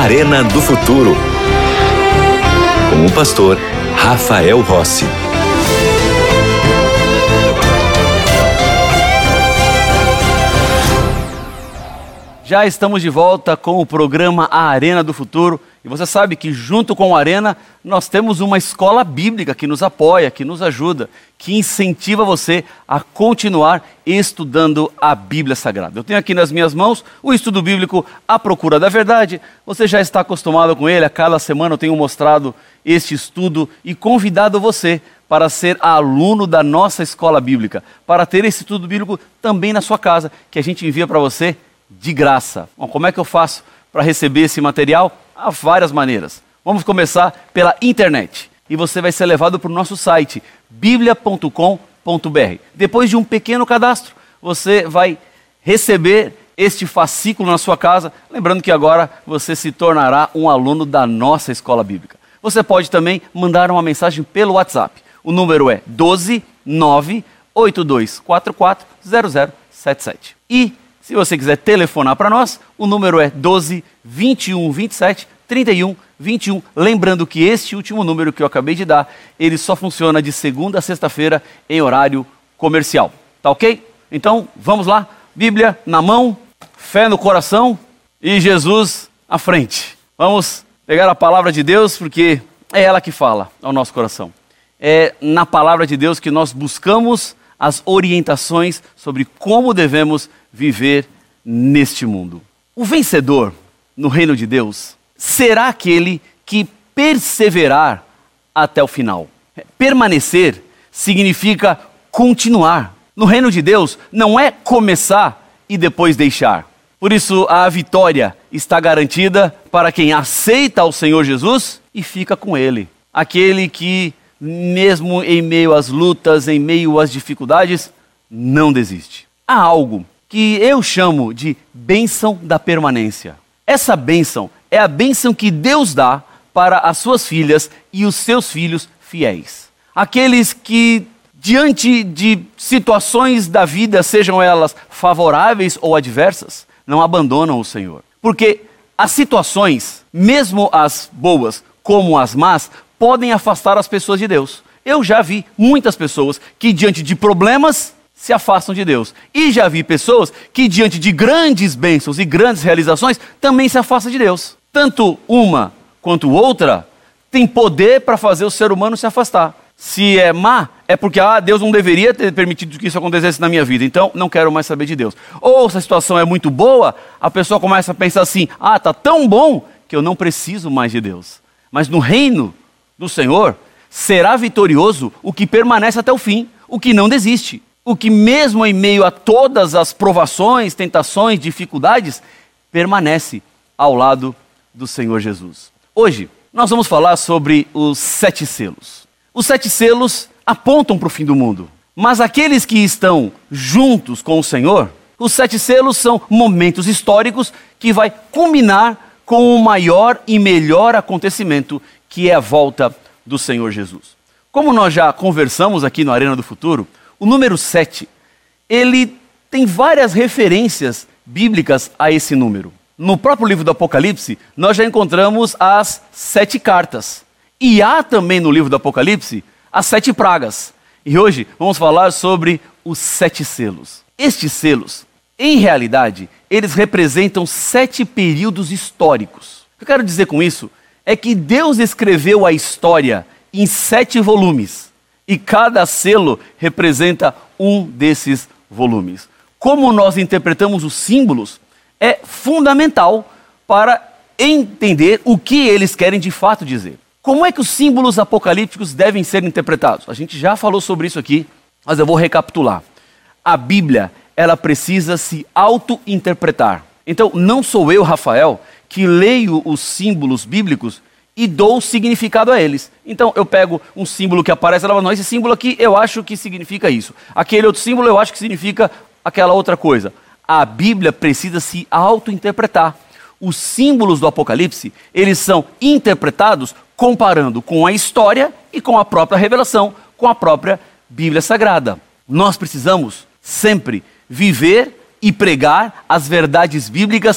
Arena do Futuro, com o pastor Rafael Rossi. Já estamos de volta com o programa A Arena do Futuro. E você sabe que junto com a Arena, nós temos uma escola bíblica que nos apoia, que nos ajuda, que incentiva você a continuar estudando a Bíblia Sagrada. Eu tenho aqui nas minhas mãos o estudo bíblico A Procura da Verdade. Você já está acostumado com ele, a cada semana eu tenho mostrado este estudo e convidado você para ser aluno da nossa escola bíblica, para ter esse estudo bíblico também na sua casa, que a gente envia para você de graça. Bom, como é que eu faço para receber esse material? Há várias maneiras. Vamos começar pela internet. E você vai ser levado para o nosso site, biblia.com.br. Depois de um pequeno cadastro, você vai receber este fascículo na sua casa. Lembrando que agora você se tornará um aluno da nossa escola bíblica. Você pode também mandar uma mensagem pelo WhatsApp. O número é 12982440077. E se você quiser telefonar para nós, o número é 12 21 27 31 21. Lembrando que este último número que eu acabei de dar, ele só funciona de segunda a sexta-feira em horário comercial. Tá ok? Então, vamos lá. Bíblia na mão, fé no coração e Jesus à frente. Vamos pegar a palavra de Deus, porque é ela que fala ao nosso coração. É na palavra de Deus que nós buscamos as orientações sobre como devemos viver neste mundo. O vencedor no reino de Deus será aquele que perseverar até o final. Permanecer significa continuar. No reino de Deus não é começar e depois deixar. Por isso a vitória está garantida para quem aceita o Senhor Jesus e fica com Ele. Aquele que, mesmo em meio às lutas, em meio às dificuldades, não desiste. Há algo que eu chamo de bênção da permanência. Essa bênção é a bênção que Deus dá para as suas filhas e os seus filhos fiéis. Aqueles que, diante de situações da vida, sejam elas favoráveis ou adversas, não abandonam o Senhor. Porque as situações, mesmo as boas como as más, podem afastar as pessoas de Deus. Eu já vi muitas pessoas que, diante de problemas, se afastam de Deus. E já vi pessoas que, diante de grandes bênçãos e grandes realizações, também se afastam de Deus. Tanto uma quanto outra tem poder para fazer o ser humano se afastar. Se é má, é porque Deus não deveria ter permitido que isso acontecesse na minha vida, então não quero mais saber de Deus. Ou se a situação é muito boa, a pessoa começa a pensar assim, tá tão bom que eu não preciso mais de Deus. Mas no reino do Senhor, será vitorioso o que permanece até o fim, o que não desiste. O que mesmo em meio a todas as provações, tentações, dificuldades, permanece ao lado do Senhor Jesus. Hoje, nós vamos falar sobre os 7 selos. Os 7 selos apontam para o fim do mundo. Mas aqueles que estão juntos com o Senhor, os 7 selos são momentos históricos que vai culminar com o maior e melhor acontecimento, que é a volta do Senhor Jesus. Como nós já conversamos aqui no Arena do Futuro, o número 7, ele tem várias referências bíblicas a esse número. No próprio livro do Apocalipse, nós já encontramos as 7 cartas. E há também no livro do Apocalipse as 7 pragas. E hoje vamos falar sobre os 7 selos. Estes selos, em realidade, eles representam 7 períodos históricos. O que eu quero dizer com isso é que Deus escreveu a história em 7 volumes. E cada selo representa um desses volumes. Como nós interpretamos os símbolos é fundamental para entender o que eles querem de fato dizer. Como é que os símbolos apocalípticos devem ser interpretados? A gente já falou sobre isso aqui, mas eu vou recapitular. A Bíblia, ela precisa se auto-interpretar. Então, não sou eu, Rafael, que leio os símbolos bíblicos e dou significado a eles. Então eu pego um símbolo que aparece lá, não, esse símbolo aqui eu acho que significa isso. Aquele outro símbolo eu acho que significa aquela outra coisa. A Bíblia precisa se auto-interpretar. Os símbolos do Apocalipse, eles são interpretados comparando com a história e com a própria revelação, com a própria Bíblia Sagrada. Nós precisamos sempre viver e pregar as verdades bíblicas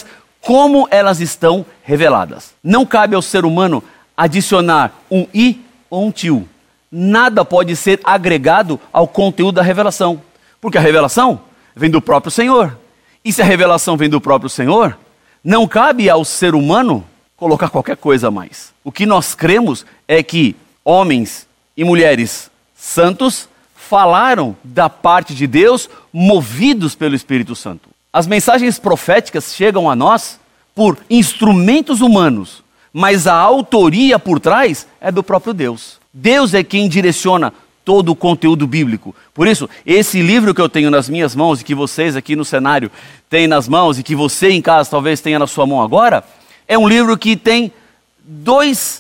como elas estão reveladas. Não cabe ao ser humano adicionar um i ou um tio. Nada pode ser agregado ao conteúdo da revelação, porque a revelação vem do próprio Senhor. E se a revelação vem do próprio Senhor, não cabe ao ser humano colocar qualquer coisa a mais. O que nós cremos é que homens e mulheres santos falaram da parte de Deus, movidos pelo Espírito Santo. As mensagens proféticas chegam a nós por instrumentos humanos, mas a autoria por trás é do próprio Deus. Deus é quem direciona todo o conteúdo bíblico. Por isso, esse livro que eu tenho nas minhas mãos e que vocês aqui no cenário têm nas mãos e que você em casa talvez tenha na sua mão agora, é um livro que tem dois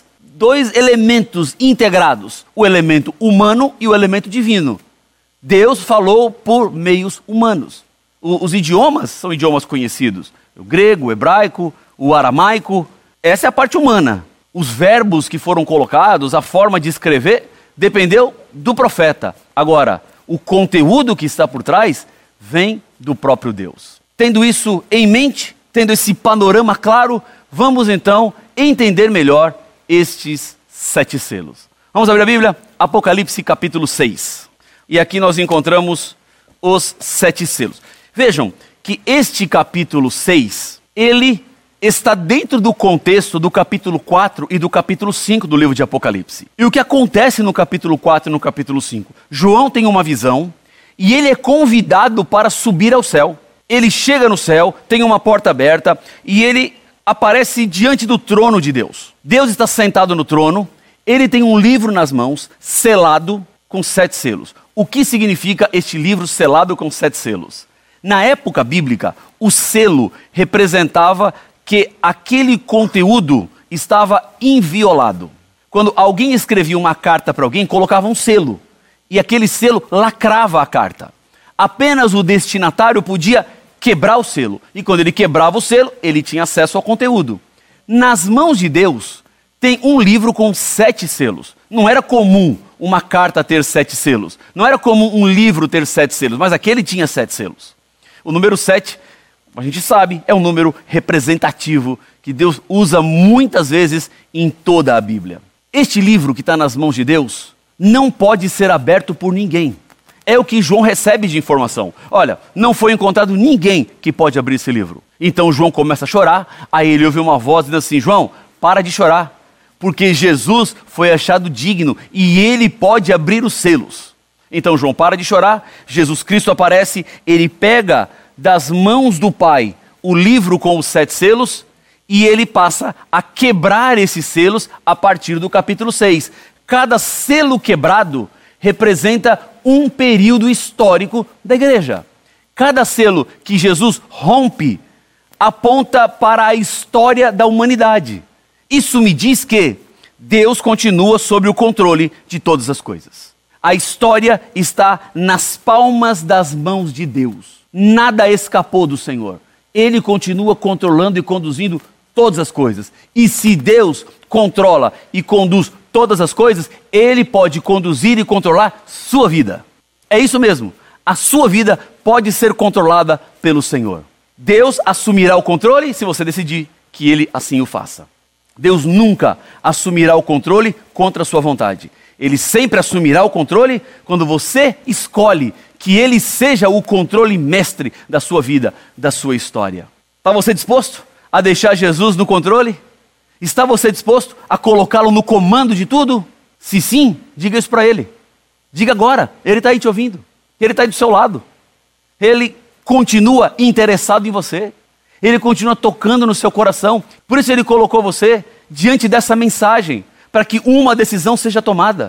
elementos integrados, o elemento humano e o elemento divino. Deus falou por meios humanos. Os idiomas são idiomas conhecidos, o grego, o hebraico, o aramaico, essa é a parte humana. Os verbos que foram colocados, a forma de escrever, dependeu do profeta. Agora, o conteúdo que está por trás vem do próprio Deus. Tendo isso em mente, tendo esse panorama claro, vamos então entender melhor estes 7 selos. Vamos abrir a Bíblia? Apocalipse capítulo 6. E aqui nós encontramos os 7 selos. Vejam que este capítulo 6, ele está dentro do contexto do capítulo 4 e do capítulo 5 do livro de Apocalipse. E o que acontece no capítulo 4 e no capítulo 5? João tem uma visão e ele é convidado para subir ao céu. Ele chega no céu, tem uma porta aberta e ele aparece diante do trono de Deus. Deus está sentado no trono, ele tem um livro nas mãos, selado com 7 selos. O que significa este livro selado com 7 selos? Na época bíblica, o selo representava que aquele conteúdo estava inviolado. Quando alguém escrevia uma carta para alguém, colocava um selo. E aquele selo lacrava a carta. Apenas o destinatário podia quebrar o selo. E quando ele quebrava o selo, ele tinha acesso ao conteúdo. Nas mãos de Deus, tem um livro com 7 selos. Não era comum uma carta ter 7 selos. Não era comum um livro ter 7 selos, mas aquele tinha 7 selos. O número 7, a gente sabe, é um número representativo que Deus usa muitas vezes em toda a Bíblia. Este livro que está nas mãos de Deus não pode ser aberto por ninguém. É o que João recebe de informação. Olha, não foi encontrado ninguém que pode abrir esse livro. Então João começa a chorar, aí ele ouve uma voz dizendo assim, João, para de chorar, porque Jesus foi achado digno e ele pode abrir os selos. Então João para de chorar, Jesus Cristo aparece, ele pega das mãos do Pai o livro com os 7 selos e ele passa a quebrar esses selos a partir do capítulo 6. Cada selo quebrado representa um período histórico da igreja. Cada selo que Jesus rompe aponta para a história da humanidade. Isso me diz que Deus continua sob o controle de todas as coisas. A história está nas palmas das mãos de Deus. Nada escapou do Senhor. Ele continua controlando e conduzindo todas as coisas. E se Deus controla e conduz todas as coisas, Ele pode conduzir e controlar sua vida. É isso mesmo. A sua vida pode ser controlada pelo Senhor. Deus assumirá o controle se você decidir que Ele assim o faça. Deus nunca assumirá o controle contra a sua vontade. Ele sempre assumirá o controle quando você escolhe que Ele seja o controle mestre da sua vida, da sua história. Está você disposto a deixar Jesus no controle? Está você disposto a colocá-lo no comando de tudo? Se sim, diga isso para Ele. Diga agora, Ele está aí te ouvindo. Ele está aí do seu lado. Ele continua interessado em você. Ele continua tocando no seu coração. Por isso Ele colocou você diante dessa mensagem, para que uma decisão seja tomada.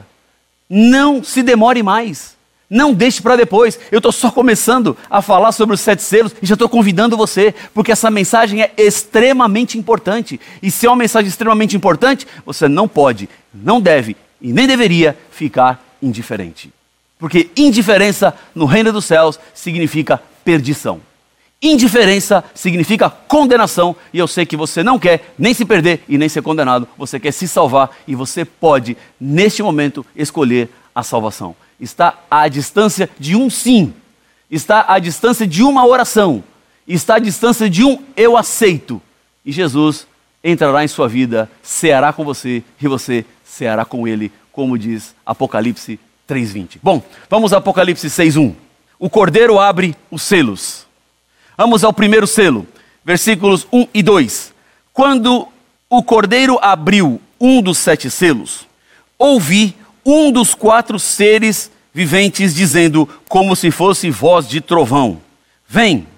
Não se demore mais. Não deixe para depois. Eu estou só começando a falar sobre os 7 selos e já estou convidando você, porque essa mensagem é extremamente importante. E se é uma mensagem extremamente importante, você não pode, não deve e nem deveria ficar indiferente. Porque indiferença no reino dos céus significa perdição. Indiferença significa condenação e eu sei que você não quer nem se perder e nem ser condenado. Você quer se salvar e você pode, neste momento, escolher a salvação. Está à distância de um sim. Está à distância de uma oração. Está à distância de um eu aceito. e Jesus entrará em sua vida, ceará com você e você ceará com ele, como diz Apocalipse 3:20. Bom, vamos a Apocalipse 6:1. O Cordeiro abre os selos. Vamos ao primeiro selo, versículos 1 e 2. Quando o Cordeiro abriu um dos 7 selos, ouvi um dos 4 seres viventes dizendo, como se fosse voz de trovão: vem.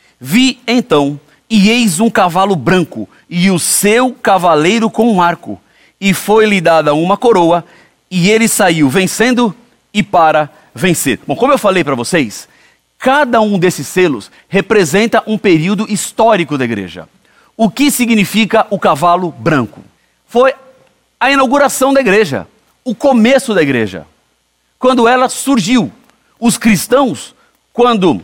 Vi então, e eis um cavalo branco, e o seu cavaleiro com um arco, e foi-lhe dada uma coroa, e ele saiu vencendo e para vencer. Bom, como eu falei para vocês, cada um desses selos representa um período histórico da igreja. O que significa o cavalo branco? Foi a inauguração da igreja, o começo da igreja, quando ela surgiu. Os cristãos, quando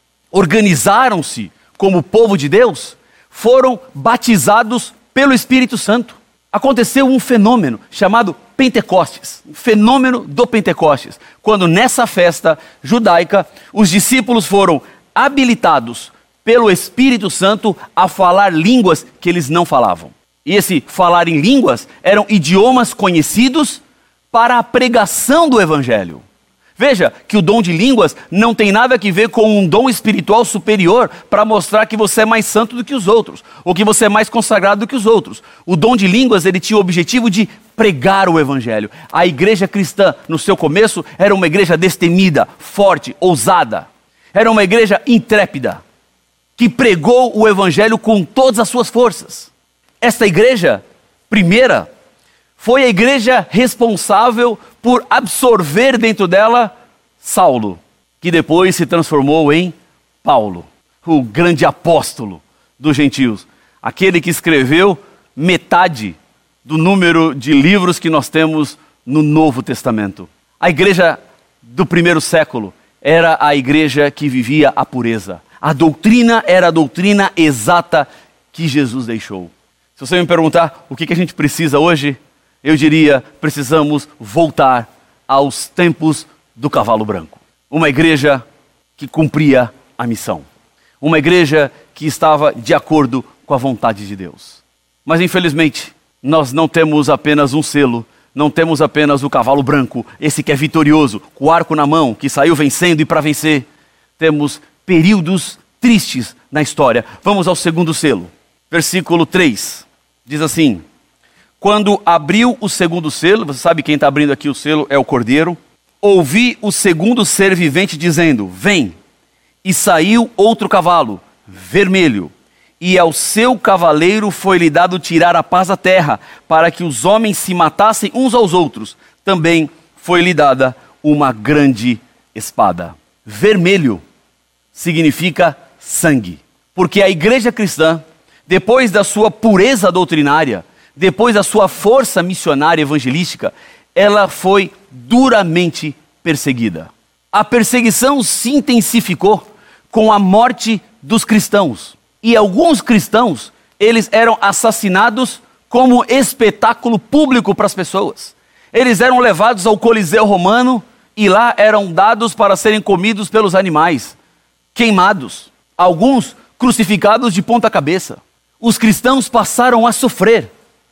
organizaram-se como povo de Deus, foram batizados pelo Espírito Santo. Aconteceu um fenômeno chamado Pentecostes, o fenômeno do Pentecostes, quando nessa festa judaica os discípulos foram habilitados pelo Espírito Santo a falar línguas que eles não falavam. E esse falar em línguas eram idiomas conhecidos para a pregação do Evangelho. Veja que o dom de línguas não tem nada a ver com um dom espiritual superior para mostrar que você é mais santo do que os outros, ou que você é mais consagrado do que os outros. O dom de línguas, ele tinha o objetivo de pregar o Evangelho. A igreja cristã, no seu começo, era uma igreja destemida, forte, ousada. Era uma igreja intrépida, que pregou o Evangelho com todas as suas forças. Esta igreja, primeira, foi a igreja responsável por absorver dentro dela Saulo, que depois se transformou em Paulo, o grande apóstolo dos gentios, aquele que escreveu metade do número de livros que nós temos no Novo Testamento. A igreja do primeiro século era a igreja que vivia a pureza. A doutrina era a doutrina exata que Jesus deixou. Se você me perguntar o que a gente precisa hoje, eu diria, precisamos voltar aos tempos do cavalo branco. Uma igreja que cumpria a missão. Uma igreja que estava de acordo com a vontade de Deus. Mas infelizmente, nós não temos apenas um selo, não temos apenas o cavalo branco, esse que é vitorioso, com o arco na mão, que saiu vencendo e para vencer. Temos períodos tristes na história. Vamos ao segundo selo. Versículo 3, diz assim: quando abriu o segundo selo, você sabe quem está abrindo aqui o selo é o Cordeiro, ouvi o segundo ser vivente dizendo, vem, e saiu outro cavalo, vermelho, e ao seu cavaleiro foi-lhe dado tirar a paz da terra, para que os homens se matassem uns aos outros. Também foi-lhe dada uma grande espada. Vermelho significa sangue, porque a igreja cristã, depois da sua pureza doutrinária, depois da sua força missionária evangelística, ela foi duramente perseguida. A perseguição se intensificou com a morte dos cristãos. E alguns cristãos, eles eram assassinados como espetáculo público para as pessoas. Eles eram levados ao Coliseu Romano e lá eram dados para serem comidos pelos animais, queimados. Alguns crucificados de ponta cabeça. Os cristãos passaram a sofrer.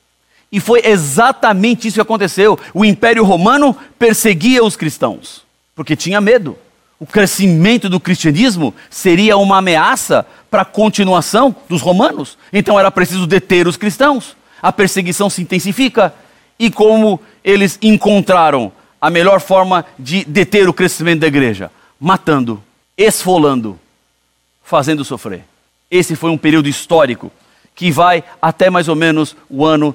E foi exatamente isso que aconteceu. O Império Romano perseguia os cristãos, porque tinha medo. O crescimento do cristianismo seria uma ameaça para a continuação dos romanos. Então era preciso deter os cristãos. A perseguição se intensifica. E como eles encontraram a melhor forma de deter o crescimento da igreja? Matando, esfolando, fazendo sofrer. Esse foi um período histórico que vai até mais ou menos o ano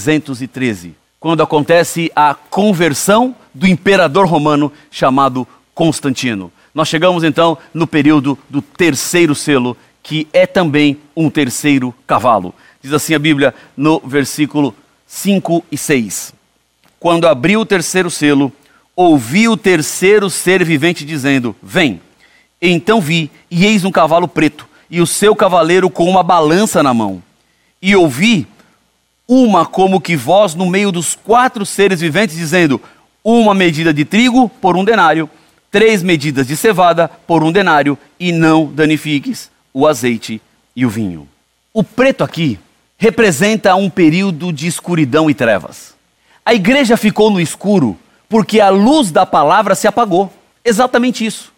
313, quando acontece a conversão do imperador romano chamado Constantino. Nós chegamos então no período do terceiro selo, que é também um terceiro cavalo. Diz assim a Bíblia no versículo 5 e 6. Quando abriu o terceiro selo, ouvi o terceiro ser vivente dizendo, vem. Então vi, e eis um cavalo preto, e o seu cavaleiro com uma balança na mão. E ouvi uma como que voz no meio dos 4 seres viventes dizendo, uma medida de trigo por 1 denário, 3 medidas de cevada por 1 denário, e não danifiques o azeite e o vinho. O preto aqui representa um período de escuridão e trevas. A igreja ficou no escuro porque a luz da palavra se apagou. Exatamente isso.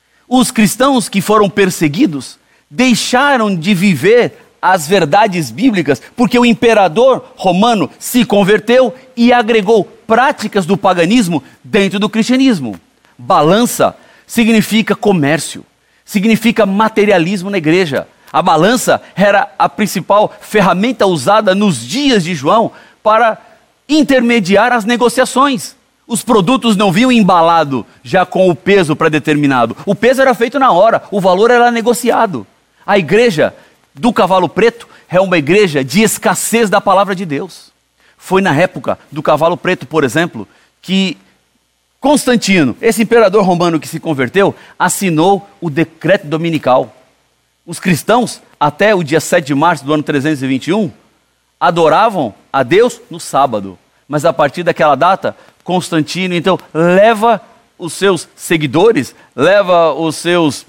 Os cristãos que foram perseguidos deixaram de viver as verdades bíblicas porque o imperador romano se converteu e agregou práticas do paganismo dentro do cristianismo. Balança significa comércio, significa materialismo na igreja. A balança era a principal ferramenta usada nos dias de João para intermediar as negociações. Os produtos não vinham embalado já com o peso pré-determinado. O peso era feito na hora, o valor era negociado. A igreja do Cavalo Preto é uma igreja de escassez da palavra de Deus. Foi na época do Cavalo Preto, por exemplo, que Constantino, esse imperador romano que se converteu, assinou o decreto dominical. Os cristãos, até o dia 7 de março do ano 321, adoravam a Deus no sábado. Mas a partir daquela data, Constantino, então, leva os seus seguidores, leva os seus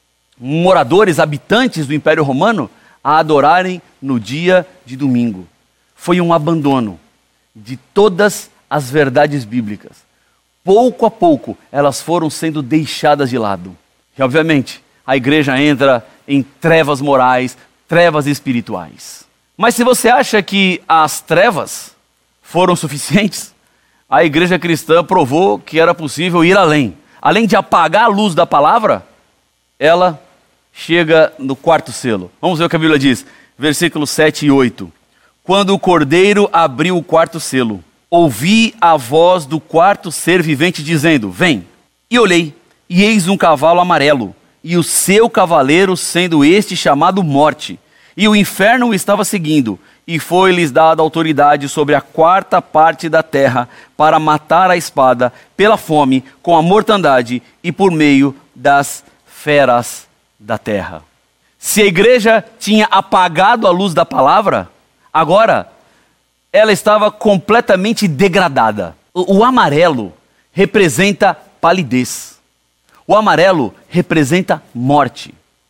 moradores, habitantes do Império Romano, a adorarem no dia de domingo. Foi um abandono de todas as verdades bíblicas. Pouco a pouco, elas foram sendo deixadas de lado. E, obviamente, a igreja entra em trevas morais, trevas espirituais. Mas se você acha que as trevas foram suficientes, a igreja cristã provou que era possível ir além. Além de apagar a luz da palavra, ela chega no quarto selo. Vamos ver o que a Bíblia diz, versículos 7 e 8. Quando o cordeiro abriu o quarto selo, ouvi a voz do quarto ser vivente dizendo, vem. E olhei, e eis um cavalo amarelo, e o seu cavaleiro sendo este chamado Morte. E o inferno o estava seguindo, e foi-lhes dada autoridade sobre a quarta parte da terra, para matar a espada, pela fome, com a mortandade, e por meio das feras da terra. Se a igreja tinha apagado a luz da palavra, agora ela estava completamente degradada. O amarelo representa palidez. O amarelo representa morte.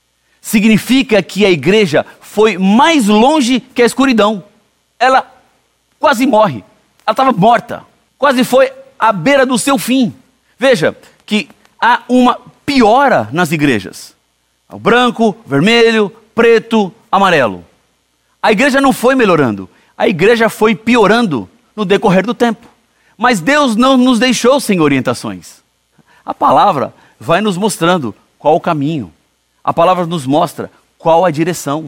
Significa que a igreja foi mais longe que a escuridão. Ela quase morre. Ela estava morta. Quase foi à beira do seu fim. Veja que há uma piora nas igrejas. O branco, vermelho, preto, amarelo. A igreja não foi melhorando. A igreja foi piorando no decorrer do tempo. Mas Deus não nos deixou sem orientações. A palavra vai nos mostrando qual o caminho. A palavra nos mostra qual a direção.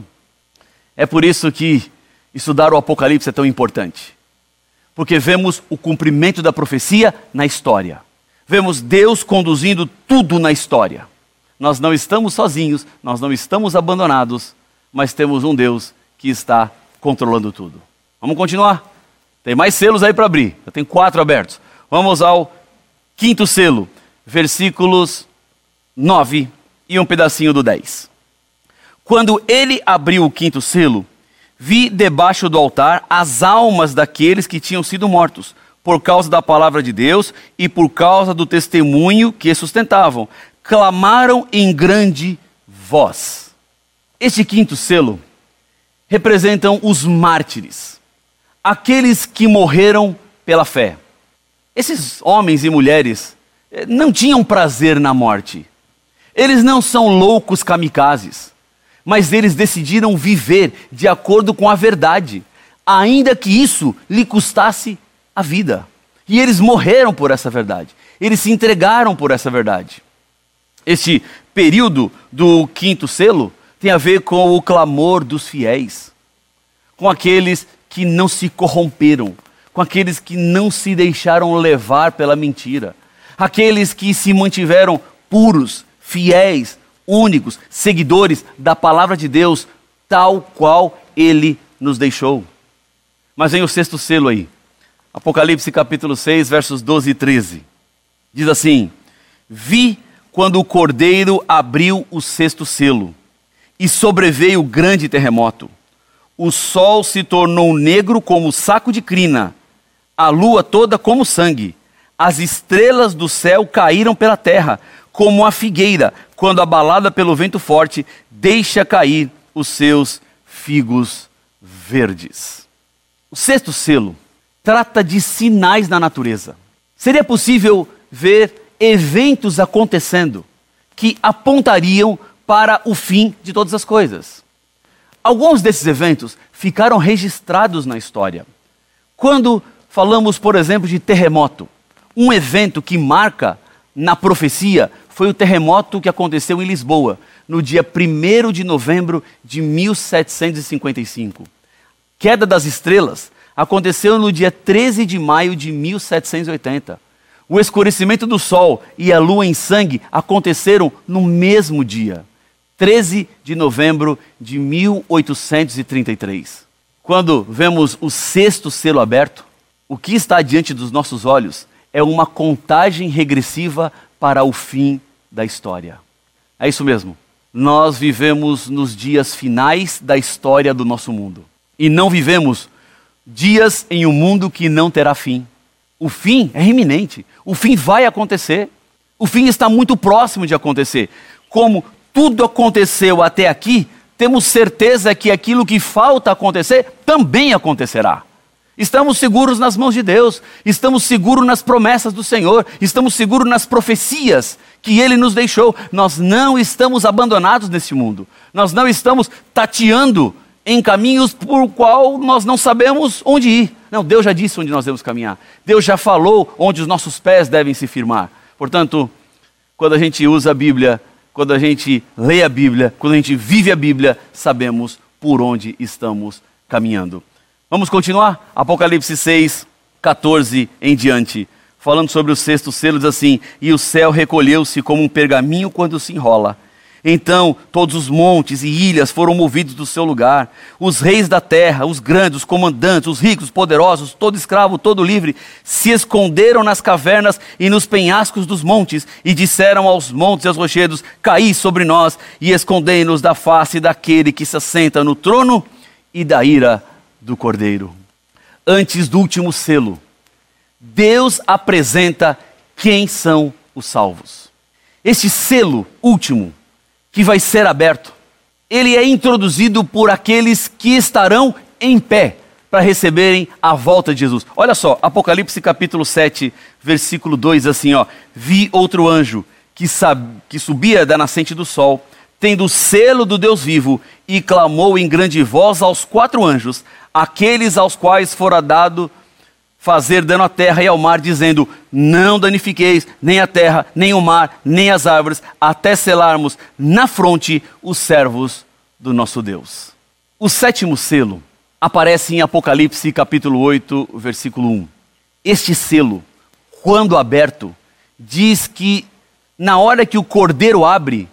É por isso que estudar o Apocalipse é tão importante. Porque vemos o cumprimento da profecia na história. Vemos Deus conduzindo tudo na história. Nós não estamos sozinhos, nós não estamos abandonados, mas temos um Deus que está controlando tudo. Vamos continuar? Tem mais selos aí para abrir. Eu tenho 4 abertos. Vamos ao quinto selo, versículos 9 e um pedacinho do 10. Quando ele abriu o quinto selo, vi debaixo do altar as almas daqueles que tinham sido mortos, por causa da palavra de Deus e por causa do testemunho que sustentavam. Clamaram em grande voz. Este quinto selo representam os mártires, aqueles que morreram pela fé. Esses homens e mulheres não tinham prazer na morte. Eles não são loucos kamikazes, mas eles decidiram viver de acordo com a verdade, ainda que isso lhe custasse a vida. E eles morreram por essa verdade. Eles se entregaram por essa verdade. Este período do quinto selo tem a ver com o clamor dos fiéis, com aqueles que não se corromperam, com aqueles que não se deixaram levar pela mentira, aqueles que se mantiveram puros, fiéis, únicos, seguidores da palavra de Deus, tal qual Ele nos deixou. Mas vem o sexto selo aí. Apocalipse capítulo 6, versos 12 e 13. Diz assim, vi quando o cordeiro abriu o sexto selo, e sobreveio grande terremoto. O sol se tornou negro como saco de crina, a lua toda como sangue. As estrelas do céu caíram pela terra, como a figueira, quando abalada pelo vento forte, deixa cair os seus figos verdes. O sexto selo trata de sinais na natureza. Seria possível ver eventos acontecendo que apontariam para o fim de todas as coisas. Alguns desses eventos ficaram registrados na história. Quando falamos, por exemplo, de terremoto, um evento que marca na profecia foi o terremoto que aconteceu em Lisboa, no dia 1º de novembro de 1755. Queda das estrelas aconteceu no dia 13 de maio de 1780. O escurecimento do sol e a lua em sangue aconteceram no mesmo dia, 13 de novembro de 1833. Quando vemos o sexto selo aberto, o que está diante dos nossos olhos é uma contagem regressiva para o fim da história. É isso mesmo. Nós vivemos nos dias finais da história do nosso mundo. E não vivemos dias em um mundo que não terá fim. O fim é iminente. O fim vai acontecer. O fim está muito próximo de acontecer. Como tudo aconteceu até aqui, temos certeza que aquilo que falta acontecer também acontecerá. Estamos seguros nas mãos de Deus, estamos seguros nas promessas do Senhor, estamos seguros nas profecias que Ele nos deixou. Nós não estamos abandonados nesse mundo, nós não estamos tateando em caminhos por qual nós não sabemos onde ir. Não, Deus já disse onde nós devemos caminhar, Deus já falou onde os nossos pés devem se firmar. Portanto, quando a gente usa a Bíblia, quando a gente lê a Bíblia, quando a gente vive a Bíblia, sabemos por onde estamos caminhando. Vamos continuar? Apocalipse 6, 14 em diante. Falando sobre o sexto selo, diz assim: e o céu recolheu-se como um pergaminho quando se enrola. Então todos os montes e ilhas foram movidos do seu lugar. Os reis da terra, os grandes, os comandantes, os ricos, os poderosos, todo escravo, todo livre, se esconderam nas cavernas e nos penhascos dos montes e disseram aos montes e aos rochedos: caí sobre nós e escondei-nos da face daquele que se assenta no trono e da ira do Cordeiro. Antes do último selo, Deus apresenta quem são os salvos. Este selo último que vai ser aberto, ele é introduzido por aqueles que estarão em pé para receberem a volta de Jesus. Olha só, Apocalipse capítulo 7, versículo 2, assim, ó: vi outro anjo que subia da nascente do sol, tendo o selo do Deus vivo, e clamou em grande voz aos 4 anjos, aqueles aos quais fora dado fazer dano à terra e ao mar, dizendo: não danifiqueis nem a terra, nem o mar, nem as árvores, até selarmos na fronte os servos do nosso Deus. O sétimo selo aparece em Apocalipse capítulo 8, versículo 1. Este selo, quando aberto, diz que na hora que o cordeiro abre,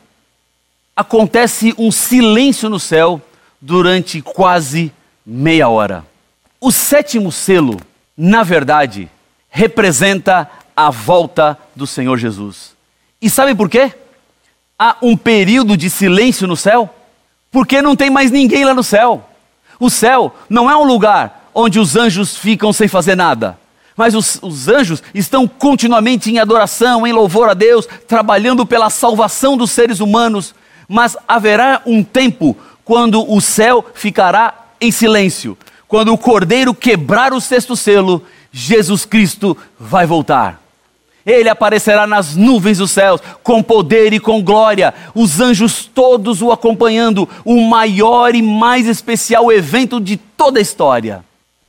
acontece um silêncio no céu durante quase meia hora. O sétimo selo, na verdade, representa a volta do Senhor Jesus. E sabe por quê? Há um período de silêncio no céu, porque não tem mais ninguém lá no céu. O céu não é um lugar onde os anjos ficam sem fazer nada, mas os anjos estão continuamente em adoração, em louvor a Deus, trabalhando pela salvação dos seres humanos. Mas haverá um tempo quando o céu ficará em silêncio. Quando o Cordeiro quebrar o sexto selo, Jesus Cristo vai voltar. Ele aparecerá nas nuvens dos céus, com poder e com glória, os anjos todos o acompanhando, o maior e mais especial evento de toda a história.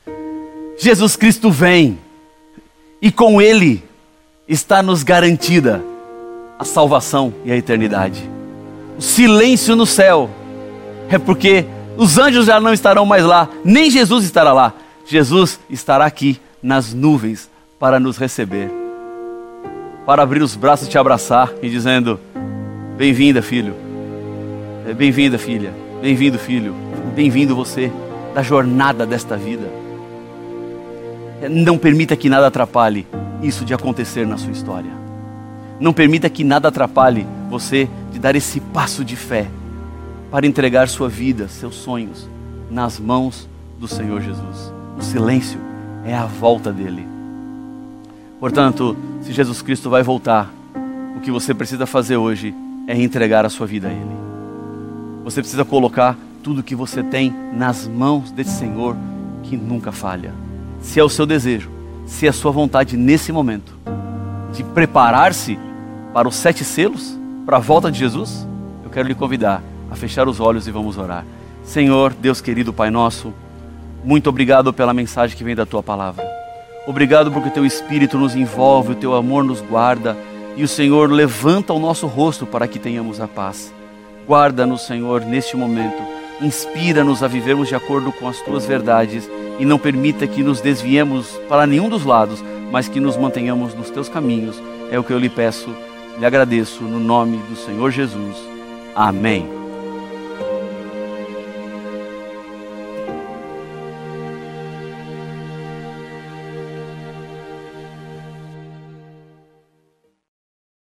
Jesus Cristo vem, e com Ele está nos garantida a salvação e a eternidade. O silêncio no céu é porque os anjos já não estarão mais lá, nem Jesus estará lá. Jesus estará aqui nas nuvens para nos receber, para abrir os braços e te abraçar e dizendo: bem-vinda, filho, bem-vinda, filha, bem-vindo, filho, bem-vindo você da jornada desta vida. Não permita que nada atrapalhe isso de acontecer na sua história. Não permita que nada atrapalhe você de dar esse passo de fé para entregar sua vida, seus sonhos, nas mãos do Senhor Jesus. O silêncio é a volta dele. Portanto, se Jesus Cristo vai voltar, o que você precisa fazer hoje é entregar a sua vida a Ele. Você precisa colocar tudo que você tem nas mãos desse Senhor que nunca falha. Se é o seu desejo, se é a sua vontade nesse momento de preparar-se para os 7 selos, para a volta de Jesus, eu quero lhe convidar a fechar os olhos e vamos orar. Senhor, Deus querido, Pai nosso, muito obrigado pela mensagem que vem da Tua Palavra. Obrigado porque o Teu Espírito nos envolve, o Teu amor nos guarda e o Senhor levanta o nosso rosto para que tenhamos a paz. Guarda-nos, Senhor, neste momento. Inspira-nos a vivermos de acordo com as Tuas verdades e não permita que nos desviemos para nenhum dos lados, mas que nos mantenhamos nos Teus caminhos. É o que eu lhe peço, lhe agradeço no nome do Senhor Jesus. Amém.